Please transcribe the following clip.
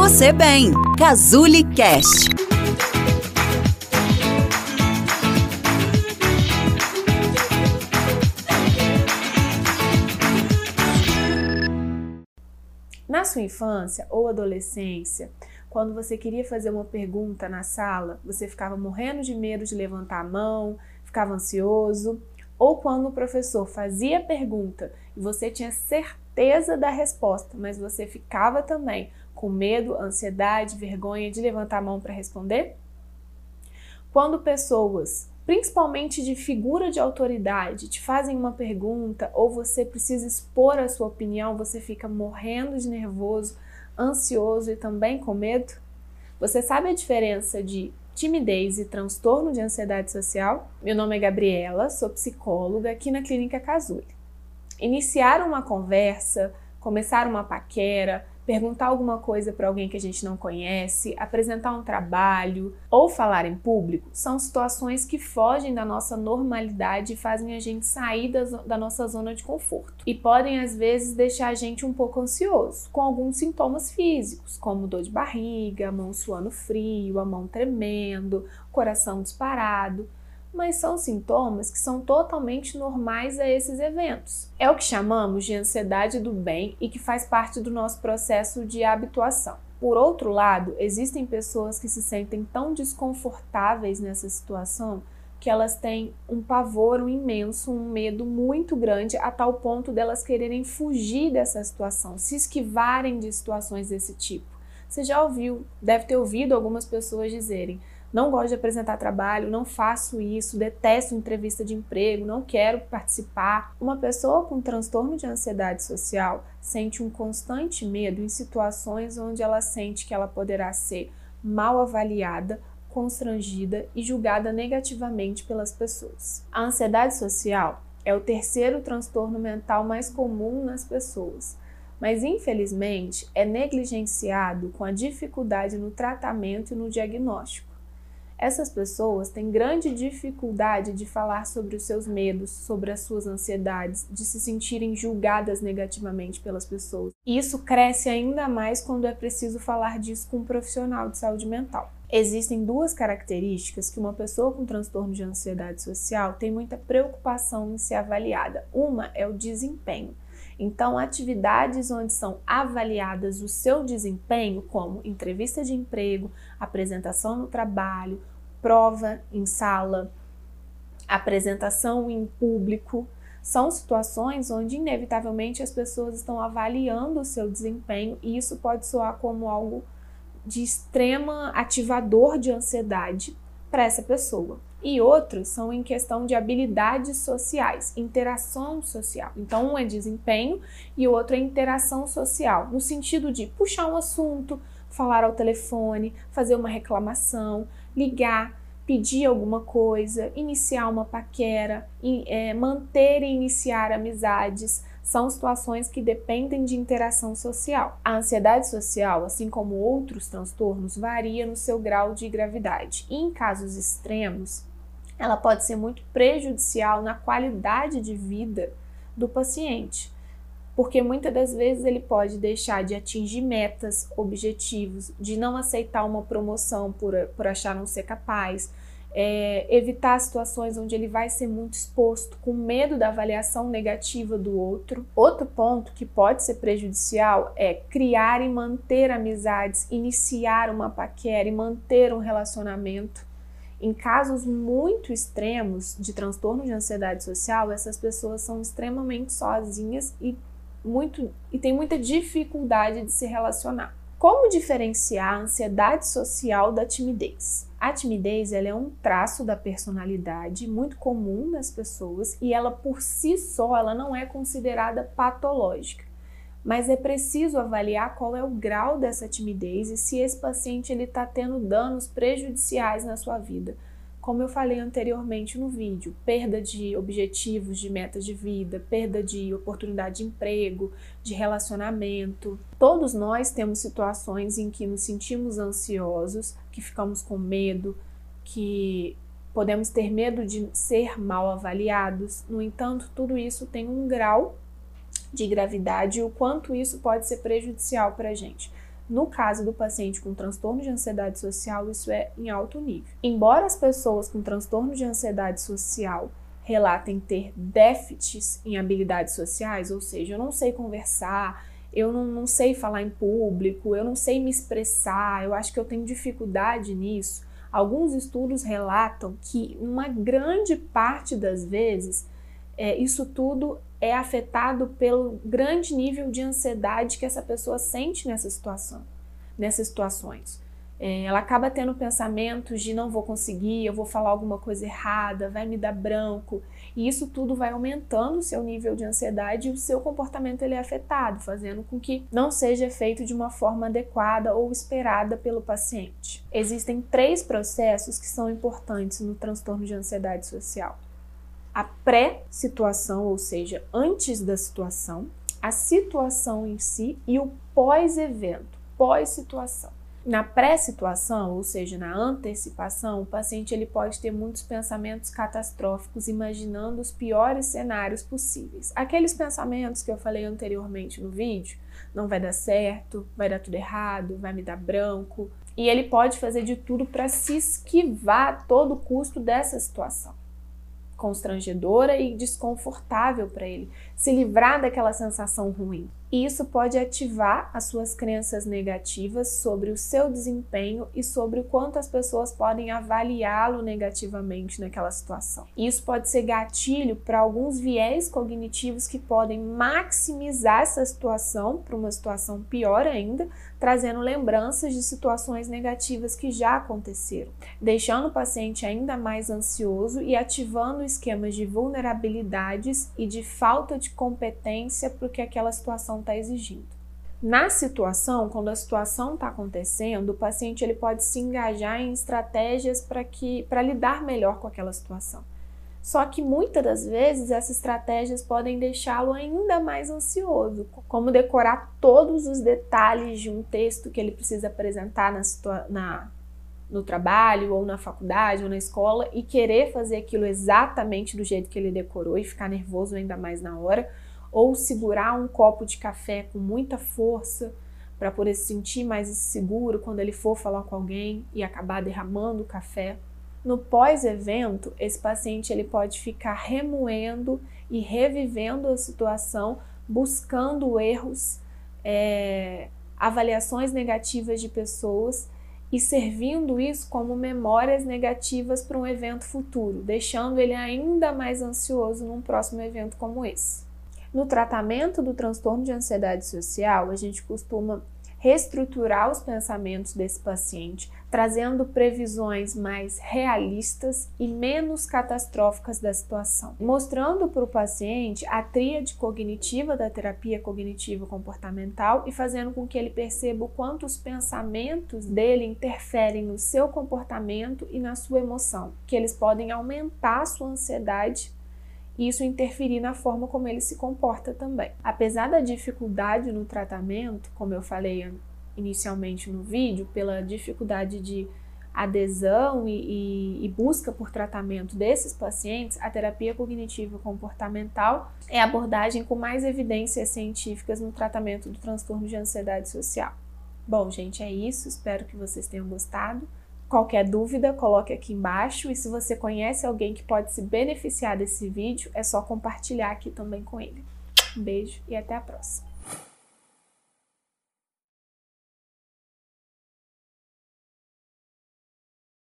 você bem. Cazuli Cast. Na sua infância ou adolescência, quando você queria fazer uma pergunta na sala, você ficava morrendo de medo de levantar a mão, ficava ansioso, ou quando o professor fazia a pergunta e você tinha certeza da resposta, mas você ficava também com medo, ansiedade, vergonha de levantar a mão para responder? Quando pessoas, principalmente de figura de autoridade, te fazem uma pergunta ou você precisa expor a sua opinião, você fica morrendo de nervoso, ansioso e também com medo? Você sabe a diferença de timidez e transtorno de ansiedade social? Meu nome é Gabriela, sou psicóloga aqui na Clínica Cazuli. Iniciar uma conversa, começar uma paquera, perguntar alguma coisa para alguém que a gente não conhece, apresentar um trabalho ou falar em público são situações que fogem da nossa normalidade e fazem a gente sair da nossa zona de conforto. E podem, às vezes, deixar a gente um pouco ansioso, com alguns sintomas físicos, como dor de barriga, a mão suando frio, a mão tremendo, coração disparado. Mas são sintomas que são totalmente normais a esses eventos. É o que chamamos de ansiedade do bem e que faz parte do nosso processo de habituação. Por outro lado, existem pessoas que se sentem tão desconfortáveis nessa situação que elas têm um pavor imenso, um medo muito grande, a tal ponto delas quererem fugir dessa situação, se esquivarem de situações desse tipo. Você já ouviu, deve ter ouvido algumas pessoas dizerem: não gosto de apresentar trabalho, não faço isso, detesto entrevista de emprego, não quero participar. Uma pessoa com transtorno de ansiedade social sente um constante medo em situações onde ela sente que ela poderá ser mal avaliada, constrangida e julgada negativamente pelas pessoas. A ansiedade social é o terceiro transtorno mental mais comum nas pessoas, mas infelizmente é negligenciado com a dificuldade no tratamento e no diagnóstico. Essas pessoas têm grande dificuldade de falar sobre os seus medos, sobre as suas ansiedades, de se sentirem julgadas negativamente pelas pessoas. E isso cresce ainda mais quando é preciso falar disso com um profissional de saúde mental. Existem duas características que uma pessoa com transtorno de ansiedade social tem muita preocupação em ser avaliada. Uma é o desempenho. Então, atividades onde são avaliadas o seu desempenho, como entrevista de emprego, apresentação no trabalho, prova em sala, apresentação em público, são situações onde inevitavelmente as pessoas estão avaliando o seu desempenho e isso pode soar como algo de extrema ativador de ansiedade para essa pessoa. E outros são em questão de habilidades sociais, interação social. Então, um é desempenho e o outro é interação social, no sentido de puxar um assunto, falar ao telefone, fazer uma reclamação, ligar, pedir alguma coisa, iniciar uma paquera, manter e iniciar amizades. São situações que dependem de interação social. A ansiedade social, assim como outros transtornos, varia no seu grau de gravidade. E em casos extremos, ela pode ser muito prejudicial na qualidade de vida do paciente, porque muitas das vezes ele pode deixar de atingir metas, objetivos, de não aceitar uma promoção por achar não ser capaz, evitar situações onde ele vai ser muito exposto, com medo da avaliação negativa do outro. Outro ponto que pode ser prejudicial é criar e manter amizades, iniciar uma paquera e manter um relacionamento. Em casos muito extremos de transtorno de ansiedade social, essas pessoas são extremamente sozinhas e têm muita dificuldade de se relacionar. Como diferenciar a ansiedade social da timidez? A timidez ela é um traço da personalidade muito comum nas pessoas e ela por si só ela não é considerada patológica. Mas é preciso avaliar qual é o grau dessa timidez e se esse paciente está tendo danos prejudiciais na sua vida. Como eu falei anteriormente no vídeo, perda de objetivos, de metas de vida, perda de oportunidade de emprego, de relacionamento. Todos nós temos situações em que nos sentimos ansiosos, que ficamos com medo, que podemos ter medo de ser mal avaliados. No entanto, tudo isso tem um grau de gravidade e o quanto isso pode ser prejudicial para a gente. No caso do paciente com transtorno de ansiedade social, isso é em alto nível. Embora as pessoas com transtorno de ansiedade social relatem ter déficits em habilidades sociais, ou seja, eu não sei conversar, eu não sei falar em público, eu não sei me expressar, eu acho que eu tenho dificuldade nisso. Alguns estudos relatam que uma grande parte das vezes isso tudo é afetado pelo grande nível de ansiedade que essa pessoa sente nessas situações. Ela acaba tendo pensamentos de não vou conseguir, eu vou falar alguma coisa errada, vai me dar branco, e isso tudo vai aumentando o seu nível de ansiedade e o seu comportamento ele é afetado, fazendo com que não seja feito de uma forma adequada ou esperada pelo paciente. Existem 3 processos que são importantes no transtorno de ansiedade social. A pré-situação, ou seja, antes da situação, a situação em si e o pós-evento, pós-situação. Na pré-situação, ou seja, na antecipação, o paciente ele pode ter muitos pensamentos catastróficos, imaginando os piores cenários possíveis. Aqueles pensamentos que eu falei anteriormente no vídeo, não vai dar certo, vai dar tudo errado, vai me dar branco, e ele pode fazer de tudo para se esquivar a todo custo dessa situação constrangedora e desconfortável para ele, se livrar daquela sensação ruim. E isso pode ativar as suas crenças negativas sobre o seu desempenho e sobre o quanto as pessoas podem avaliá-lo negativamente naquela situação. E isso pode ser gatilho para alguns viés cognitivos que podem maximizar essa situação para uma situação pior ainda, trazendo lembranças de situações negativas que já aconteceram, deixando o paciente ainda mais ansioso e ativando esquemas de vulnerabilidades e de falta de competência para o que aquela situação está exigindo. Na situação, quando a situação está acontecendo, o paciente ele pode se engajar em estratégias para lidar melhor com aquela situação. Só que muitas das vezes essas estratégias podem deixá-lo ainda mais ansioso, como decorar todos os detalhes de um texto que ele precisa apresentar no trabalho, ou na faculdade, ou na escola, e querer fazer aquilo exatamente do jeito que ele decorou e ficar nervoso ainda mais na hora, ou segurar um copo de café com muita força para poder se sentir mais seguro quando ele for falar com alguém e acabar derramando o café. No pós-evento, esse paciente ele pode ficar remoendo e revivendo a situação, buscando erros, avaliações negativas de pessoas e servindo isso como memórias negativas para um evento futuro, deixando ele ainda mais ansioso num próximo evento como esse. No tratamento do transtorno de ansiedade social, a gente costuma reestruturar os pensamentos desse paciente, trazendo previsões mais realistas e menos catastróficas da situação, mostrando para o paciente a tríade cognitiva da terapia cognitiva comportamental e fazendo com que ele perceba o quanto os pensamentos dele interferem no seu comportamento e na sua emoção, que eles podem aumentar a sua ansiedade e isso interferir na forma como ele se comporta também. Apesar da dificuldade no tratamento, como eu falei inicialmente no vídeo, pela dificuldade de adesão e busca por tratamento desses pacientes, a terapia cognitiva comportamental é a abordagem com mais evidências científicas no tratamento do transtorno de ansiedade social. Bom, gente, é isso. Espero que vocês tenham gostado. Qualquer dúvida, coloque aqui embaixo, e se você conhece alguém que pode se beneficiar desse vídeo, é só compartilhar aqui também com ele. Um beijo e até a próxima!